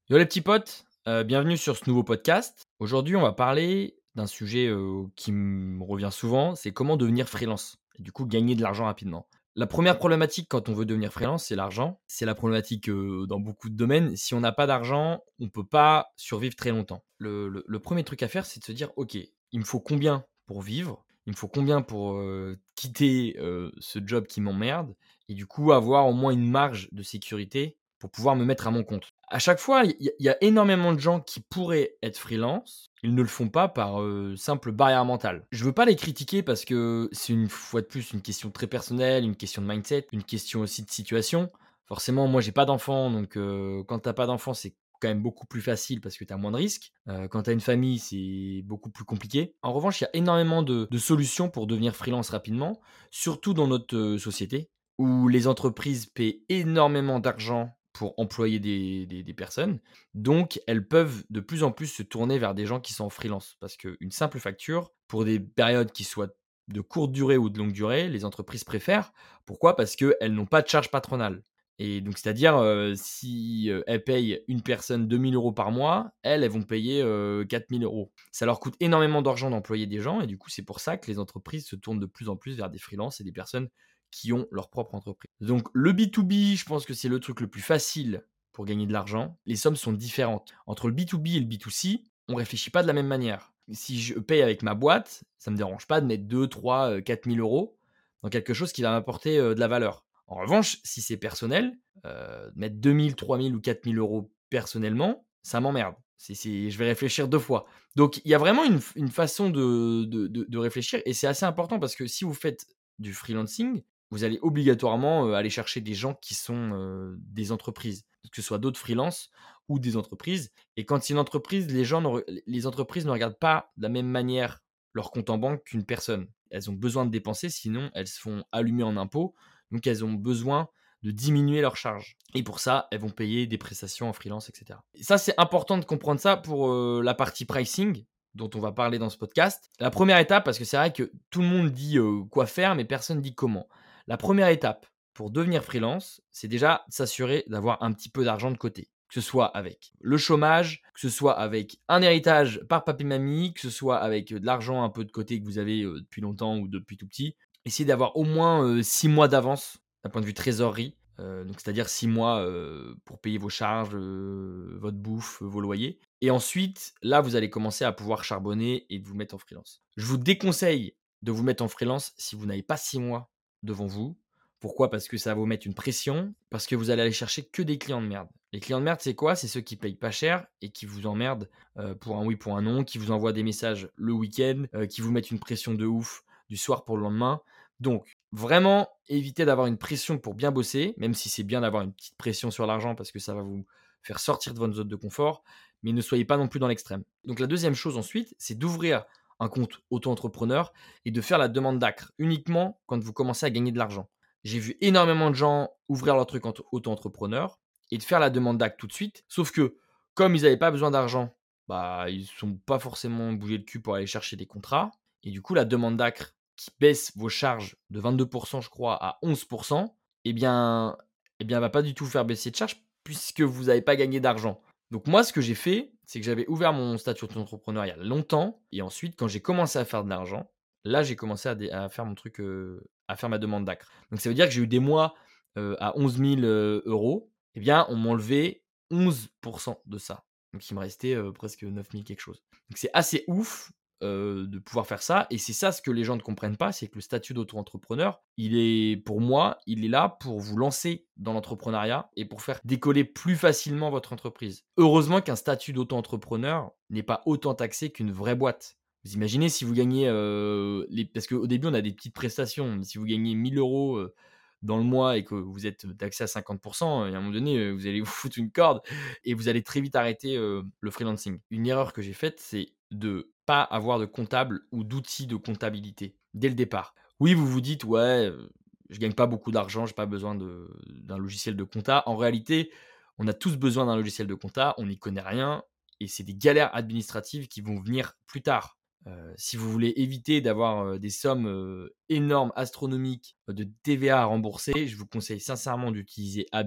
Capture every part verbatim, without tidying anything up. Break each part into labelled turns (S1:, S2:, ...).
S1: Yo les petits potes, heu, bienvenue sur ce nouveau podcast. Aujourd'hui, on va parler d'un sujet, heu, qui me revient souvent, c'est comment devenir freelance et du coup gagner de l'argent rapidement. La première problématique quand on veut devenir freelance, c'est l'argent. C'est la problématique, heu, dans beaucoup de domaines. Si on n'a pas d'argent, on peut pas survivre très longtemps. Le le le premier truc à faire, c'est de se dire: «OK, il me faut combien pour vivre? Il me faut combien pour, heu, quitter, heu, ce job qui m'emmerde?» Et du coup avoir au moins une marge de sécurité pour pouvoir me mettre à mon compte. À chaque fois, il y a il y a énormément de gens qui pourraient être freelance, ils ne le font pas par, heu, simple barrière mentale. Je veux pas les critiquer parce que c'est une fois de plus une question très personnelle, une question de mindset, une question aussi de situation. Forcément, moi j'ai pas d'enfant donc heu, quand tu as pas d'enfant, c'est quand même beaucoup plus facile parce que tu as moins de risques. Heu, quand tu as une famille, c'est beaucoup plus compliqué. En revanche, il y a énormément de de solutions pour devenir freelance rapidement, surtout dans notre, heu, société où les entreprises paient énormément d'argent pour employer des des des personnes. Donc elles peuvent de plus en plus se tourner vers des gens qui sont en freelance. Parce qu'une simple facture, pour des périodes qui soient de courte durée ou de longue durée, les entreprises préfèrent. Pourquoi? Parce qu'elles n'ont pas de charge patronale. Et donc c'est-à-dire, heu, si, heu, elles payent une personne deux mille euros par mois, elles, elles vont payer, heu, quatre mille euros. Ça leur coûte énormément d'argent d'employer des gens et du coup, c'est pour ça que les entreprises se tournent de plus en plus vers des freelances et des personnes qui ont leur propre entreprise. Donc le B deux B, je pense que c'est le truc le plus facile pour gagner de l'argent. Les sommes sont différentes. Entre le B deux B et le B deux C, on réfléchit pas de la même manière. Si je paye avec ma boîte, ça me dérange pas de mettre deux, trois, euh, quatre mille euros dans quelque chose qui va m'apporter euh, de la valeur. En revanche, si c'est personnel, euh, mettre deux mille, trois mille ou quatre mille euros personnellement, ça m'emmerde. C'est, c'est- je vais réfléchir deux fois. Donc il y a vraiment une, une façon de, de, de- de réfléchir et c'est assez important parce que si vous faites du freelancing, vous allez obligatoirement, heu, aller chercher des gens qui sont, heu, des entreprises, que ce soit d'autres freelances ou des entreprises et quand c'est une entreprise, les gens ne re les entreprises ne regardent pas de la même manière leur compte en banque qu'une personne. Elles ont besoin de dépenser, sinon elles se font allumer en impôts, donc elles ont besoin de diminuer leurs charges et pour ça, elles vont payer des prestations en freelance et cetera. Et ça, c'est important de comprendre ça pour, heu, la partie pricing dont on va parler dans ce podcast. La première étape, parce que c'est vrai que tout le monde dit, heu, quoi faire, mais personne dit comment. La première étape pour devenir freelance, c'est déjà s'assurer d'avoir un petit peu d'argent de côté. Que ce soit avec le chômage, que ce soit avec un héritage par papy-mamie, que ce soit avec de l'argent un peu de côté que vous avez euh, depuis longtemps ou depuis tout petit. Essayez d'avoir au moins euh, six mois d'avance d'un point de vue trésorerie. Euh, donc c'est-à-dire six mois euh, pour payer vos charges, euh, votre bouffe, vos loyers. Et ensuite, là, vous allez commencer à pouvoir charbonner et vous mettre en freelance. Je vous déconseille de vous mettre en freelance si vous n'avez pas six mois devant vous. Pourquoi? Parce que ça va vous mettre une pression, parce que vous allez aller chercher que des clients de merde. Les clients de merde, c'est quoi? C'est ceux qui payent pas cher et qui vous emmerdent euh, pour un oui, pour un non, qui vous envoient des messages le week-end, euh, qui vous mettent une pression de ouf du soir pour le lendemain. Donc, vraiment, évitez d'avoir une pression pour bien bosser, même si c'est bien d'avoir une petite pression sur l'argent parce que ça va vous faire sortir de votre zone de confort, mais ne soyez pas non plus dans l'extrême. Donc, la deuxième chose ensuite, c'est d'ouvrir un compte auto-entrepreneur et de faire la demande d'acre uniquement quand vous commencez à gagner de l'argent. J'ai vu énormément de gens ouvrir leur truc en auto-entrepreneur et de faire la demande d'acte tout de suite. Sauf que, comme ils n'avaient pas besoin d'argent, bah, ils ne sont pas forcément bougé le cul pour aller chercher des contrats. Et du coup, la demande d'acre qui baisse vos charges de vingt-deux pour cent, je crois, à onze pour cent, eh bien, eh bien, va pas du tout faire baisser de charges puisque vous n'avez pas gagné d'argent. Donc moi, ce que j'ai fait, c'est que j'avais ouvert mon statut d'entrepreneur il y a longtemps. Et ensuite, quand j'ai commencé à faire de l'argent, là, j'ai commencé à, dé- à faire mon truc, euh, à faire ma demande d'acre. Donc ça veut dire que j'ai eu des mois euh, à onze mille euh, euros. Eh bien, on m'enlevait onze pour cent de ça. Donc il me restait euh, presque neuf mille quelque chose. Donc c'est assez ouf euh, de pouvoir faire ça. Et c'est ça ce que les gens ne comprennent pas, c'est que le statut d'auto-entrepreneur, il est, pour moi, il est là pour vous lancer dans l'entrepreneuriat et pour faire décoller plus facilement votre entreprise. Heureusement qu'un statut d'auto-entrepreneur n'est pas autant taxé qu'une vraie boîte. Vous imaginez si vous gagnez, euh, les... parce qu'au début on a des petites prestations, si vous gagnez mille euros euh, dans le mois et que vous êtes taxé à cinquante pour cent, et à un moment donné, euh, vous allez vous foutre une corde et vous allez très vite arrêter euh, le freelancing. Une erreur que j'ai faite, c'est de pas avoir de comptable ou d'outils de comptabilité dès le départ. Oui, vous vous dites, ouais, euh, je gagne pas beaucoup d'argent, j'ai pas besoin de, d'un logiciel de compta. En réalité, on a tous besoin d'un logiciel de compta, on n'y connaît rien et c'est des galères administratives qui vont venir plus tard. Euh, si vous voulez éviter d'avoir euh, des sommes euh, énormes, astronomiques euh, de T V A à rembourser, je vous conseille sincèrement d'utiliser Abi.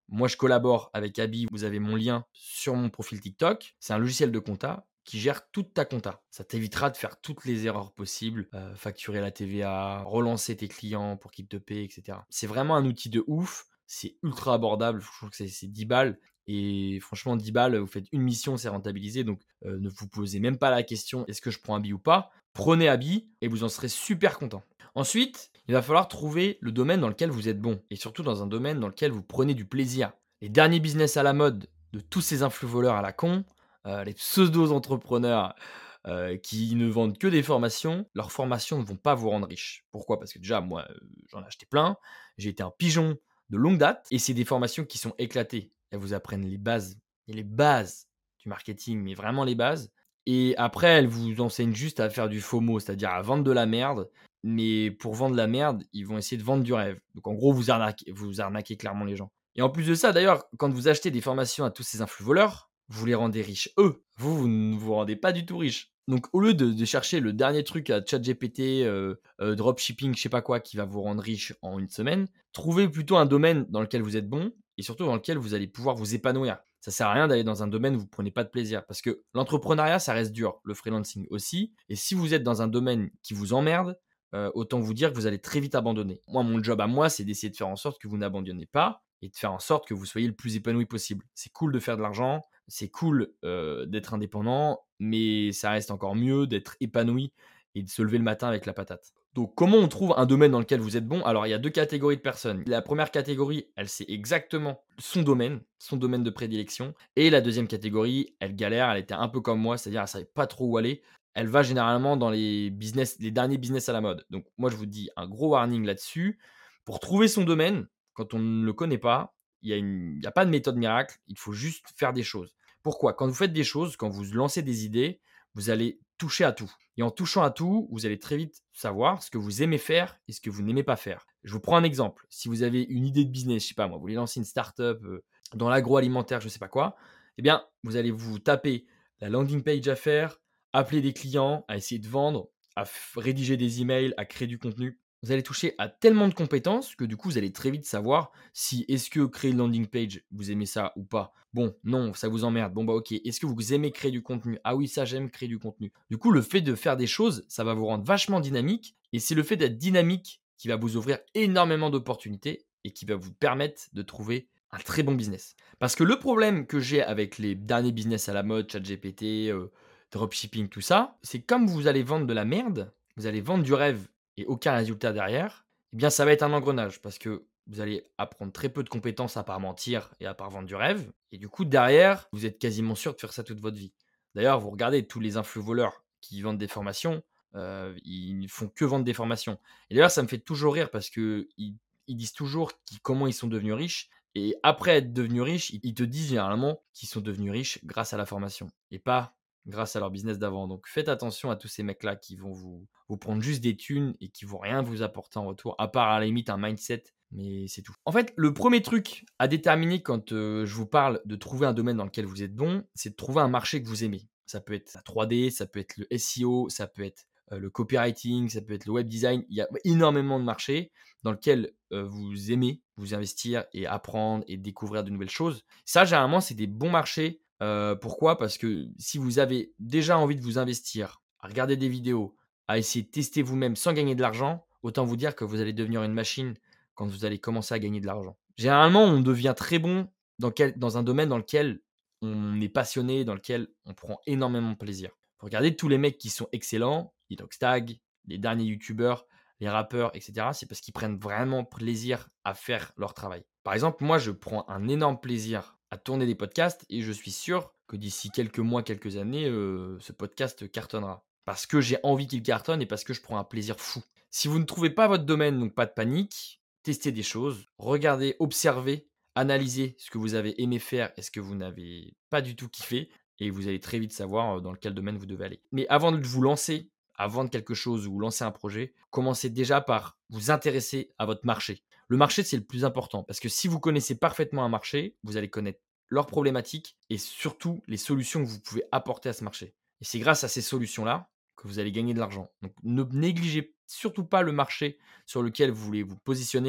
S1: Moi, je collabore avec Abi. Vous avez mon lien sur mon profil TikTok. C'est un logiciel de compta qui gère toute ta compta. Ça t'évitera de faire toutes les erreurs possibles, euh, facturer la T V A, relancer tes clients pour qu'ils te paient, et cetera. C'est vraiment un outil de ouf. C'est ultra abordable. Je trouve que c'est c'est dix balles. Et franchement, dix balles, vous faites une mission, c'est rentabilisé. Donc, euh, ne vous posez même pas la question est-ce que je prends Abi ou pas. Prenez Abi et vous en serez super content. Ensuite, il va falloir trouver le domaine dans lequel vous êtes bon et surtout dans un domaine dans lequel vous prenez du plaisir. Les derniers business à la mode de tous ces influx voleurs à la con, euh, les pseudo-entrepreneurs euh, qui ne vendent que des formations, leurs formations ne vont pas vous rendre riche. Pourquoi? Parce que déjà, moi, euh, j'en ai acheté plein, j'ai été un pigeon de longue date et c'est des formations qui sont éclatées. Elles vous apprennent les bases, et les bases du marketing, mais vraiment les bases. Et après, elles vous enseignent juste à faire du FOMO, c'est-à-dire à vendre de la merde. Mais pour vendre de la merde, ils vont essayer de vendre du rêve. Donc en gros, vous arnaquez, vous arnaquez clairement les gens. Et en plus de ça, d'ailleurs, quand vous achetez des formations à tous ces influx voleurs, vous les rendez riches eux. Vous, vous ne vous rendez pas du tout riche. Donc au lieu de, de chercher le dernier truc à ChatGPT, euh, euh, dropshipping, je sais pas quoi, qui va vous rendre riche en une semaine, trouvez plutôt un domaine dans lequel vous êtes bon et surtout dans lequel vous allez pouvoir vous épanouir. Ça sert à rien d'aller dans un domaine où vous prenez pas de plaisir parce que l'entrepreneuriat, ça reste dur, le freelancing aussi. Et si vous êtes dans un domaine qui vous emmerde, euh, autant vous dire que vous allez très vite abandonner. Moi, mon job à moi, c'est d'essayer de faire en sorte que vous n'abandonnez pas et de faire en sorte que vous soyez le plus épanoui possible. C'est cool de faire de l'argent, c'est cool euh, d'être indépendant, mais ça reste encore mieux d'être épanoui et de se lever le matin avec la patate. Donc, comment on trouve un domaine dans lequel vous êtes bon? Alors, il y a deux catégories de personnes. La première catégorie, elle sait exactement son domaine, son domaine de prédilection. Et la deuxième catégorie, elle galère, elle était un peu comme moi, c'est-à-dire elle savait pas trop où aller. Elle va généralement dans les business, les derniers business à la mode. Donc, moi, je vous dis un gros warning là-dessus. Pour trouver son domaine, quand on ne le connaît pas, il n'y a, une- il y a pas de méthode miracle. Il faut juste faire des choses. Pourquoi? Quand vous faites des choses, quand vous lancez des idées, vous allez toucher à tout. Et en touchant à tout, vous allez très vite savoir ce que vous aimez faire et ce que vous n'aimez pas faire. Je vous prends un exemple. Si vous avez une idée de business, je sais pas moi, vous voulez lancer une startup euh, dans l'agroalimentaire, je sais pas quoi, eh bien, vous allez vous taper la landing page à faire, appeler des clients, à essayer de vendre, à f- rédiger des emails, à créer du contenu. Vous allez toucher à tellement de compétences que du coup, vous allez très vite savoir si est-ce que créer une landing page, vous aimez ça ou pas. Bon, non, ça vous emmerde. Bon, bah ok. Est-ce que vous aimez créer du contenu? Ah oui, ça, j'aime créer du contenu. Du coup, le fait de faire des choses, ça va vous rendre vachement dynamique. Et c'est le fait d'être dynamique qui va vous ouvrir énormément d'opportunités et qui va vous permettre de trouver un très bon business. Parce que le problème que j'ai avec les derniers business à la mode, ChatGPT, euh, dropshipping, tout ça, c'est comme vous allez vendre de la merde, vous allez vendre du rêve et aucun résultat derrière, eh bien ça va être un engrenage parce que vous allez apprendre très peu de compétences à part mentir et à part vendre du rêve. Et du coup, derrière, vous êtes quasiment sûr de faire ça toute votre vie. D'ailleurs, vous regardez tous les influx voleurs qui vendent des formations, euh, ils ne font que vendre des formations. Et d'ailleurs, ça me fait toujours rire parce que ils, ils disent toujours qui- comment ils sont devenus riches. Et après être devenus riches, ils ils te disent généralement qu'ils sont devenus riches grâce à la formation et pas grâce à leur business d'avant. Donc faites attention à tous ces mecs-là qui vont vous, vous prendre juste des thunes et qui vont rien vous apporter en retour, à part à la limite un mindset, mais c'est tout. En fait, le premier truc à déterminer quand euh, je vous parle de trouver un domaine dans lequel vous êtes bon, c'est de trouver un marché que vous aimez. Ça peut être la trois D, ça peut être le S E O, ça peut être euh, le copywriting, ça peut être le web design. Il y a énormément de marchés dans lesquels euh, vous aimez vous investir et apprendre et découvrir de nouvelles choses. Ça, généralement, c'est des bons marchés. Euh, pourquoi? Parce que si vous avez déjà envie de vous investir, à regarder des vidéos, à essayer de tester vous-même sans gagner de l'argent, autant vous dire que vous allez devenir une machine quand vous allez commencer à gagner de l'argent. Généralement, on devient très bon dans, quel- dans un domaine dans lequel on est passionné, dans lequel on prend énormément de plaisir. Regardez tous les mecs qui sont excellents, les Dogstag, les derniers youtubeurs, les rappeurs, et cetera. C'est parce qu'ils prennent vraiment plaisir à faire leur travail. Par exemple, moi, je prends un énorme plaisir à tourner des podcasts et je suis sûr que d'ici quelques mois, quelques années, euh, ce podcast cartonnera. Parce que j'ai envie qu'il cartonne et parce que je prends un plaisir fou. Si vous ne trouvez pas votre domaine, donc pas de panique, testez des choses, regardez, observez, analysez ce que vous avez aimé faire et ce que vous n'avez pas du tout kiffé et vous allez très vite savoir euh, dans quel domaine vous devez aller. Mais avant de vous lancer à vendre quelque chose ou lancer un projet, commencez déjà par vous intéresser à votre marché. Le marché, c'est le plus important parce que si vous connaissez parfaitement un marché, vous allez connaître leurs problématiques et surtout les solutions que vous pouvez apporter à ce marché. Et c'est grâce à ces solutions-là que vous allez gagner de l'argent. Donc ne négligez surtout pas le marché sur lequel vous voulez vous positionner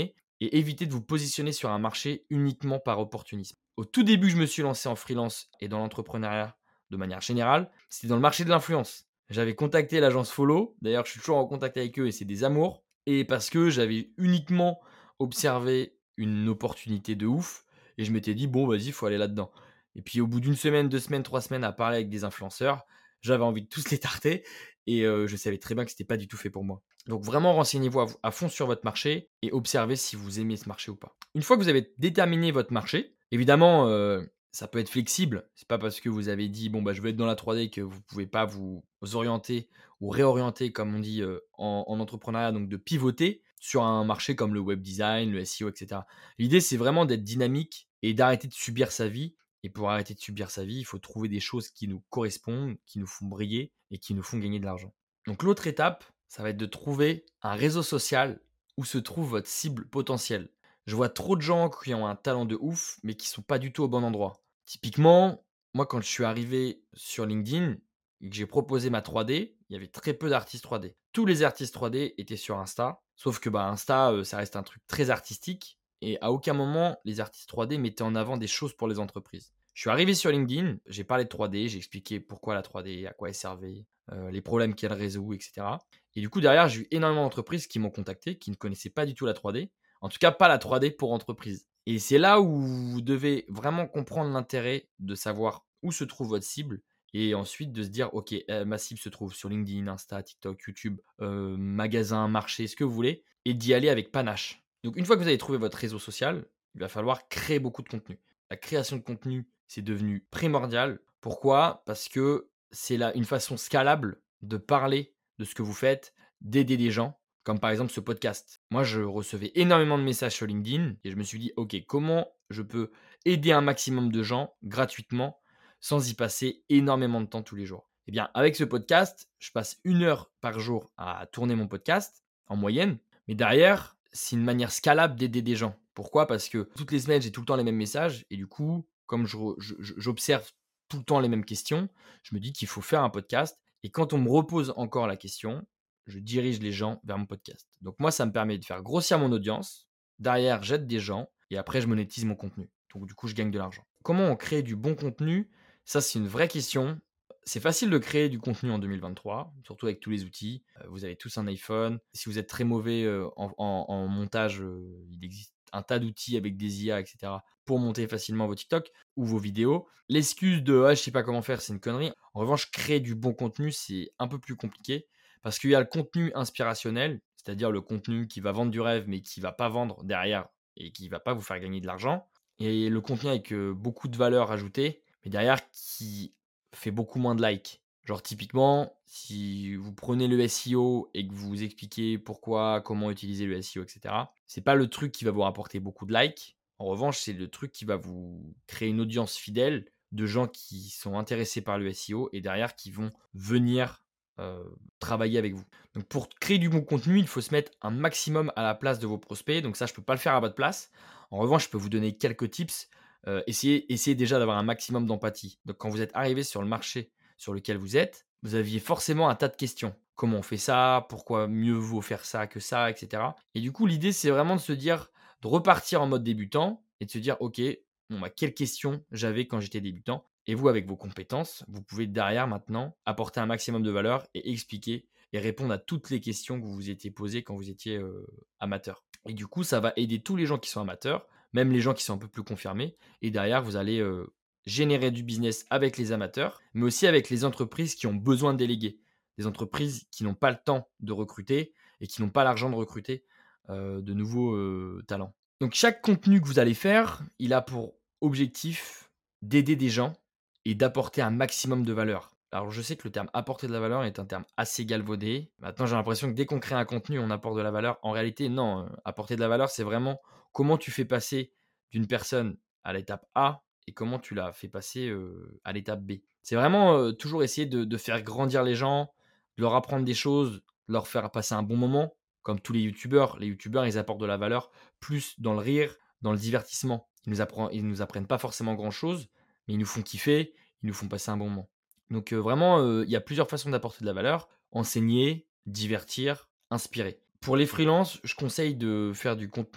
S1: et évitez de vous positionner sur un marché uniquement par opportunisme. Au tout début, je me suis lancé en freelance et dans l'entrepreneuriat de manière générale, c'était dans le marché de l'influence. J'avais contacté l'agence Follow, d'ailleurs je suis toujours en contact avec eux et c'est des amours, et parce que j'avais uniquement observé une opportunité de ouf et je m'étais dit bon vas-y, il faut aller là-dedans. Et puis au bout d'une semaine, deux semaines, trois semaines à parler avec des influenceurs, j'avais envie de tous les tarter et euh, je savais très bien que c'était pas du tout fait pour moi. Donc vraiment renseignez-vous à, à fond sur votre marché et observez si vous aimez ce marché ou pas. Une fois que vous avez déterminé votre marché, évidemment, euh, ça peut être flexible. C'est pas parce que vous avez dit bon bah je veux être dans la trois D que vous pouvez pas vous orienter ou réorienter comme on dit euh, en, en entrepreneuriat, donc de pivoter sur un marché comme le web design, le S E O, et cetera. L'idée c'est vraiment d'être dynamique et d'arrêter de subir sa vie. Et pour arrêter de subir sa vie, il faut trouver des choses qui nous correspondent, qui nous font briller et qui nous font gagner de l'argent. Donc l'autre étape, ça va être de trouver un réseau social où se trouve votre cible potentielle. Je vois trop de gens qui ont un talent de ouf, mais qui sont pas du tout au bon endroit. Typiquement, moi, quand je suis arrivé sur LinkedIn et que j'ai proposé ma trois D, il y avait très peu d'artistes trois D. Tous les artistes trois D étaient sur Insta, sauf que bah, Insta, euh, ça reste un truc très artistique, et à aucun moment, les artistes trois D mettaient en avant des choses pour les entreprises. Je suis arrivé sur LinkedIn, j'ai parlé de trois D, j'ai expliqué pourquoi la trois D, à quoi elle servait, euh, les problèmes qu'elle résout, et cetera. Et du coup, derrière, j'ai eu énormément d'entreprises qui m'ont contacté, qui ne connaissaient pas du tout la trois D, en tout cas pas la trois D pour entreprise. Et c'est là où vous devez vraiment comprendre l'intérêt de savoir où se trouve votre cible et ensuite de se dire, ok, euh, ma cible se trouve sur LinkedIn, Insta, TikTok, YouTube, euh, magasin, marché, ce que vous voulez, et d'y aller avec panache. Donc une fois que vous avez trouvé votre réseau social, il va falloir créer beaucoup de contenu. La création de contenu, c'est devenu primordial. Pourquoi? Parce que c'est là une façon scalable de parler de ce que vous faites, d'aider des gens, comme par exemple ce podcast. Moi, je recevais énormément de messages sur LinkedIn et je me suis dit, OK, comment je peux aider un maximum de gens gratuitement sans y passer énormément de temps tous les jours? Eh bien, avec ce podcast, je passe une heure par jour à tourner mon podcast en moyenne, mais derrière, c'est une manière scalable d'aider des gens. Pourquoi? Parce que toutes les semaines, j'ai tout le temps les mêmes messages et du coup, comme je re- je- je- j'observe tout le temps les mêmes questions, je me dis qu'il faut faire un podcast. Et quand on me repose encore la question, je dirige les gens vers mon podcast. Donc moi, ça me permet de faire grossir mon audience. Derrière, j'aide des gens et après, je monétise mon contenu. Donc du coup, je gagne de l'argent. Comment on crée du bon contenu? Ça, c'est une vraie question. C'est facile de créer du contenu en deux mille vingt-trois, surtout avec tous les outils. Euh, Vous avez tous un iPhone. Si vous êtes très mauvais euh, en, en- en montage, euh, il existe un tas d'outils avec des I A, et cetera, pour monter facilement vos TikTok ou vos vidéos. L'excuse de ah, je sais pas comment faire, c'est une connerie. En revanche, créer du bon contenu, c'est un peu plus compliqué parce qu'il y a le contenu inspirationnel, c'est-à-dire le contenu qui va vendre du rêve mais qui va pas vendre derrière et qui va pas vous faire gagner de l'argent. Et le contenu avec euh, beaucoup de valeur ajoutée, mais derrière qui fait beaucoup moins de likes. Genre typiquement, si vous prenez le S E O et que vous expliquez pourquoi, comment utiliser le S E O, et cetera, c'est pas le truc qui va vous rapporter beaucoup de likes. En revanche, c'est le truc qui va vous créer une audience fidèle de gens qui sont intéressés par le S E O et derrière qui vont venir euh, travailler avec vous. Donc pour créer du bon contenu, il faut se mettre un maximum à la place de vos prospects. Donc ça, je ne peux pas le faire à votre place. En revanche, je peux vous donner quelques tips. Euh, essayez, essayez déjà d'avoir un maximum d'empathie. Donc quand vous êtes arrivé sur le marché sur lequel vous êtes, vous aviez forcément un tas de questions. Comment on fait ça? Pourquoi mieux vaut faire ça que ça, et cetera. Et du coup, l'idée, c'est vraiment de se dire, de repartir en mode débutant et de se dire, OK, bon, bah, quelles questions j'avais quand j'étais débutant? Et vous, avec vos compétences, vous pouvez derrière maintenant apporter un maximum de valeur et expliquer et répondre à toutes les questions que vous vous étiez posées quand vous étiez euh, amateur. Et du coup, ça va aider tous les gens qui sont amateurs, même les gens qui sont un peu plus confirmés. Et derrière, vous allez euh, générer du business avec les amateurs, mais aussi avec les entreprises qui ont besoin de déléguer. Des entreprises qui n'ont pas le temps de recruter et qui n'ont pas l'argent de recruter euh, de nouveaux euh, talents. Donc chaque contenu que vous allez faire, il a pour objectif d'aider des gens et d'apporter un maximum de valeur. Alors je sais que le terme apporter de la valeur est un terme assez galvaudé. Maintenant j'ai l'impression que dès qu'on crée un contenu, on apporte de la valeur. En réalité, non. euh, Apporter de la valeur, c'est vraiment comment tu fais passer d'une personne à l'étape A et comment tu la fais passer euh, à l'étape B. C'est vraiment euh, toujours essayer de, de faire grandir les gens, de leur apprendre des choses, de leur faire passer un bon moment. Comme tous les youtubeurs, les youtubeurs, ils apportent de la valeur plus dans le rire, dans le divertissement. Ils nous, apprennent, ils nous apprennent pas forcément grand-chose, mais ils nous font kiffer, ils nous font passer un bon moment. Donc euh, vraiment, euh, il y a plusieurs façons d'apporter de la valeur. Enseigner, divertir, inspirer. Pour les freelances, je conseille de faire du contenu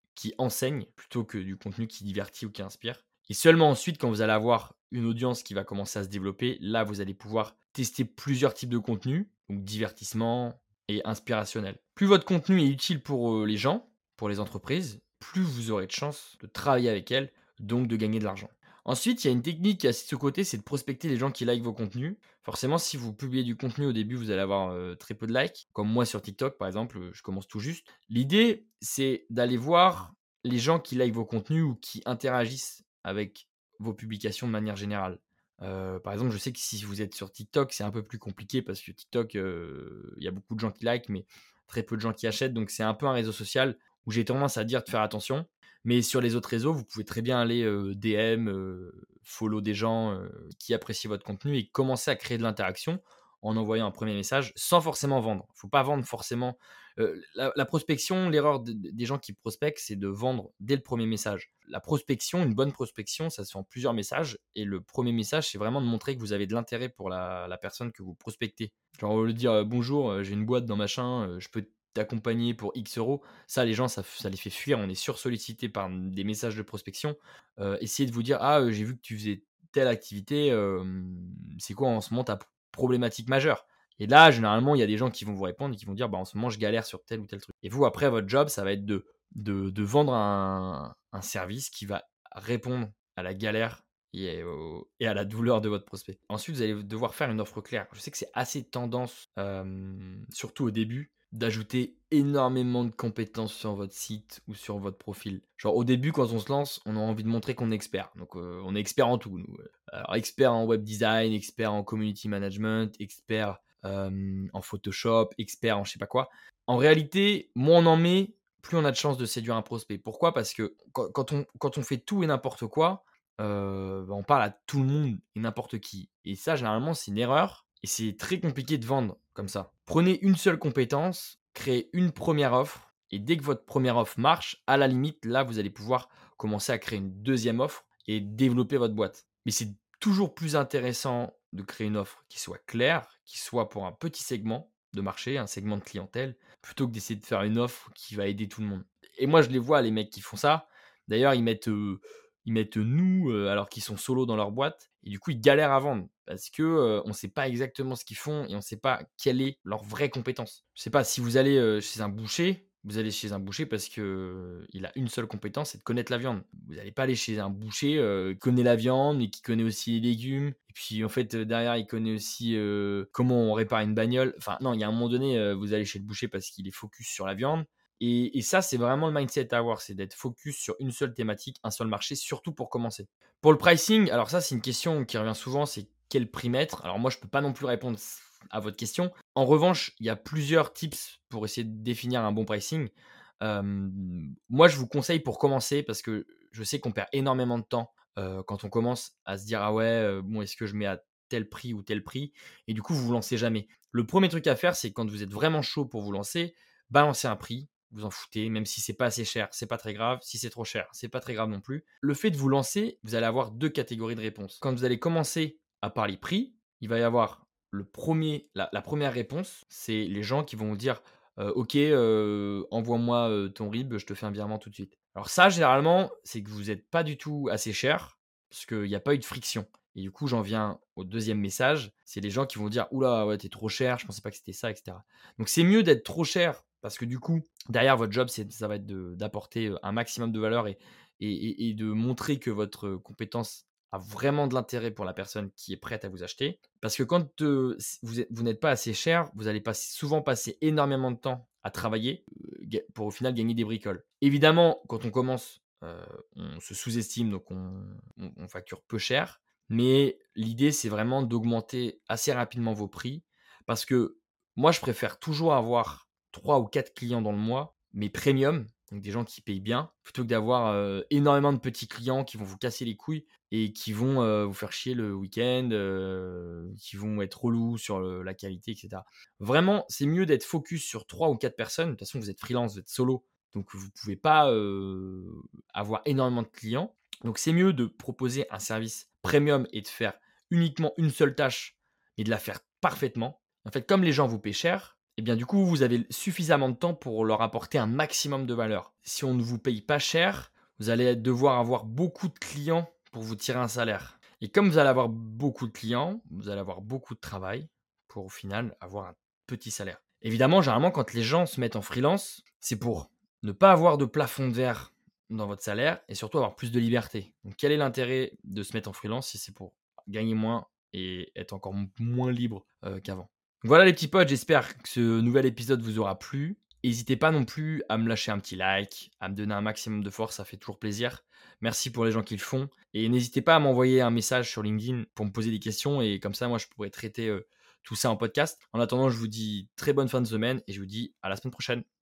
S1: qui enseigne plutôt que du contenu qui divertit ou qui inspire. Et seulement ensuite, quand vous allez avoir une audience qui va commencer à se développer, là, vous allez pouvoir tester plusieurs types de contenus, donc divertissement et inspirationnel. Plus votre contenu est utile pour euh, les gens, pour les entreprises, plus vous aurez de chances de travailler avec elles, donc de gagner de l'argent. Ensuite, il y a une technique à ce côté, c'est de prospecter les gens qui likent vos contenus. Forcément, si vous publiez du contenu au début, vous allez avoir euh, très peu de likes. Comme moi sur TikTok, par exemple, euh, je commence tout juste. L'idée, c'est d'aller voir les gens qui likent vos contenus ou qui interagissent avec vos publications de manière générale. Euh, par exemple, je sais que si vous êtes sur TikTok, c'est un peu plus compliqué parce que TikTok, euh, il y a beaucoup de gens qui likent, mais très peu de gens qui achètent. Donc, c'est un peu un réseau social où j'ai tendance à dire de faire attention. Mais sur les autres réseaux, vous pouvez très bien aller euh, D M, euh, follow des gens euh, qui apprécient votre contenu et commencer à créer de l'interaction en envoyant un premier message sans forcément vendre. Il ne faut pas vendre forcément. Euh, la, la prospection, l'erreur de- de- des gens qui prospectent, c'est de vendre dès le premier message. La prospection, une bonne prospection, ça se fait en plusieurs messages. Et le premier message, c'est vraiment de montrer que vous avez de l'intérêt pour la, la personne que vous prospectez. Genre, au lieu de dire euh, bonjour, euh, j'ai une boîte dans machin, euh, je peux t'accompagner pour X euros. Ça, les gens, ça, ça les fait fuir. On est sursollicité par des messages de prospection. Euh, essayez de vous dire, ah, euh, j'ai vu que tu faisais telle activité, euh, c'est quoi en ce moment ta problématique majeure? Et là, généralement, il y a des gens qui vont vous répondre et qui vont dire, bah, en ce moment, je galère sur tel ou tel truc. Et vous, après, votre job, ça va être de, de, de vendre un, un service qui va répondre à la galère et, au- et à la douleur de votre prospect. Ensuite, vous allez devoir faire une offre claire. Je sais que c'est assez tendance, euh, surtout au début, d'ajouter énormément de compétences sur votre site ou sur votre profil. Genre au début, quand on se lance, on a envie de montrer qu'on est expert. Donc euh, on est expert en tout, nous. Alors expert en web design, expert en community management, expert euh, en Photoshop, expert en je sais pas quoi. En réalité, moins on en met, plus on a de chances de séduire un prospect. Pourquoi? Parce que quand, quand on, quand on fait tout et n'importe quoi, euh, bah, on parle à tout le monde et n'importe qui. Et ça, généralement, c'est une erreur. Et c'est très compliqué de vendre comme ça. Prenez une seule compétence, créez une première offre. Et dès que votre première offre marche, à la limite, là, vous allez pouvoir commencer à créer une deuxième offre et développer votre boîte. Mais c'est toujours plus intéressant de créer une offre qui soit claire, qui soit pour un petit segment de marché, un segment de clientèle, plutôt que d'essayer de faire une offre qui va aider tout le monde. Et moi, je les vois, les mecs qui font ça. D'ailleurs, ils mettent, euh, ils mettent nous euh, alors qu'ils sont solo dans leur boîte. Et du coup, ils galèrent à vendre parce que euh, on ne sait pas exactement ce qu'ils font et on ne sait pas quelle est leur vraie compétence. Je sais pas, si vous allez euh, chez un boucher, vous allez chez un boucher parce que euh, il a une seule compétence, c'est de connaître la viande. Vous n'allez pas aller chez un boucher euh, qui connaît la viande, mais qui connaît aussi les légumes. Et puis en fait, euh, derrière, il connaît aussi euh, comment on répare une bagnole. Enfin, non, il y a un moment donné, euh, vous allez chez le boucher parce qu'il est focus sur la viande. Et, et ça, c'est vraiment le mindset à avoir, c'est d'être focus sur une seule thématique, un seul marché, surtout pour commencer. Pour le pricing, alors ça, c'est une question qui revient souvent, c'est quel prix mettre. Alors moi, je ne peux pas non plus répondre à votre question. En revanche, il y a plusieurs tips pour essayer de définir un bon pricing. Euh, moi, je vous conseille pour commencer, parce que je sais qu'on perd énormément de temps euh, quand on commence à se dire, ah ouais, euh, bon, est-ce que je mets à tel prix ou tel prix? Et du coup, vous vous lancez jamais. Le premier truc à faire, c'est quand vous êtes vraiment chaud pour vous lancer, balancer un prix, vous en foutez, même si c'est pas assez cher, c'est pas très grave. Si c'est trop cher, c'est pas très grave non plus. Le fait de vous lancer, vous allez avoir deux catégories de réponses. Quand vous allez commencer à parler prix, il va y avoir le premier, la, la première réponse, c'est les gens qui vont vous dire euh, ok, euh, envoie-moi euh, ton R I B, je te fais un virement tout de suite. Alors ça, généralement, c'est que vous n'êtes pas du tout assez cher, parce qu'il n'y a pas eu de friction. Et du coup, j'en viens au deuxième message, c'est les gens qui vont dire oula, ouais, t'es trop cher, je pensais pas que c'était ça, et cetera. Donc c'est mieux d'être trop cher, parce que du coup, derrière votre job, c'est, ça va être de- d'apporter un maximum de valeur et, et, et- et de montrer que votre compétence a vraiment de l'intérêt pour la personne qui est prête à vous acheter. Parce que quand euh, vous, êtes- vous n'êtes pas assez cher, vous allez passer, souvent passer énormément de temps à travailler euh, ga- pour au final gagner des bricoles. Évidemment, quand on commence, euh, on se sous-estime, donc on, on- on facture peu cher. Mais l'idée, c'est vraiment d'augmenter assez rapidement vos prix. Parce que moi, je préfère toujours avoir trois ou quatre clients dans le mois, mais premium, donc des gens qui payent bien, plutôt que d'avoir euh, énormément de petits clients qui vont vous casser les couilles et qui vont euh, vous faire chier le week-end, euh, qui vont être relous sur le- la qualité, et cetera. Vraiment, c'est mieux d'être focus sur trois ou quatre personnes. De toute façon, vous êtes freelance, vous êtes solo, donc vous ne pouvez pas euh, avoir énormément de clients. Donc c'est mieux de proposer un service premium et de faire uniquement une seule tâche et de la faire parfaitement. En fait, comme les gens vous paient cher, Et bien du coup, vous avez suffisamment de temps pour leur apporter un maximum de valeur. Si on ne vous paye pas cher, vous allez devoir avoir beaucoup de clients pour vous tirer un salaire. Et comme vous allez avoir beaucoup de clients, vous allez avoir beaucoup de travail pour au final avoir un petit salaire. Évidemment, généralement, quand les gens se mettent en freelance, c'est pour ne pas avoir de plafond de verre dans votre salaire et surtout avoir plus de liberté. Donc, quel est l'intérêt de se mettre en freelance si c'est pour gagner moins et être encore m- moins libre euh, qu'avant? Voilà les petits potes, j'espère que ce nouvel épisode vous aura plu. N'hésitez pas non plus à me lâcher un petit like, à me donner un maximum de force, ça fait toujours plaisir. Merci pour les gens qui le font. Et n'hésitez pas à m'envoyer un message sur LinkedIn pour me poser des questions et comme ça, moi, je pourrais traiter euh, tout ça en podcast. En attendant, je vous dis très bonne fin de semaine et je vous dis à la semaine prochaine.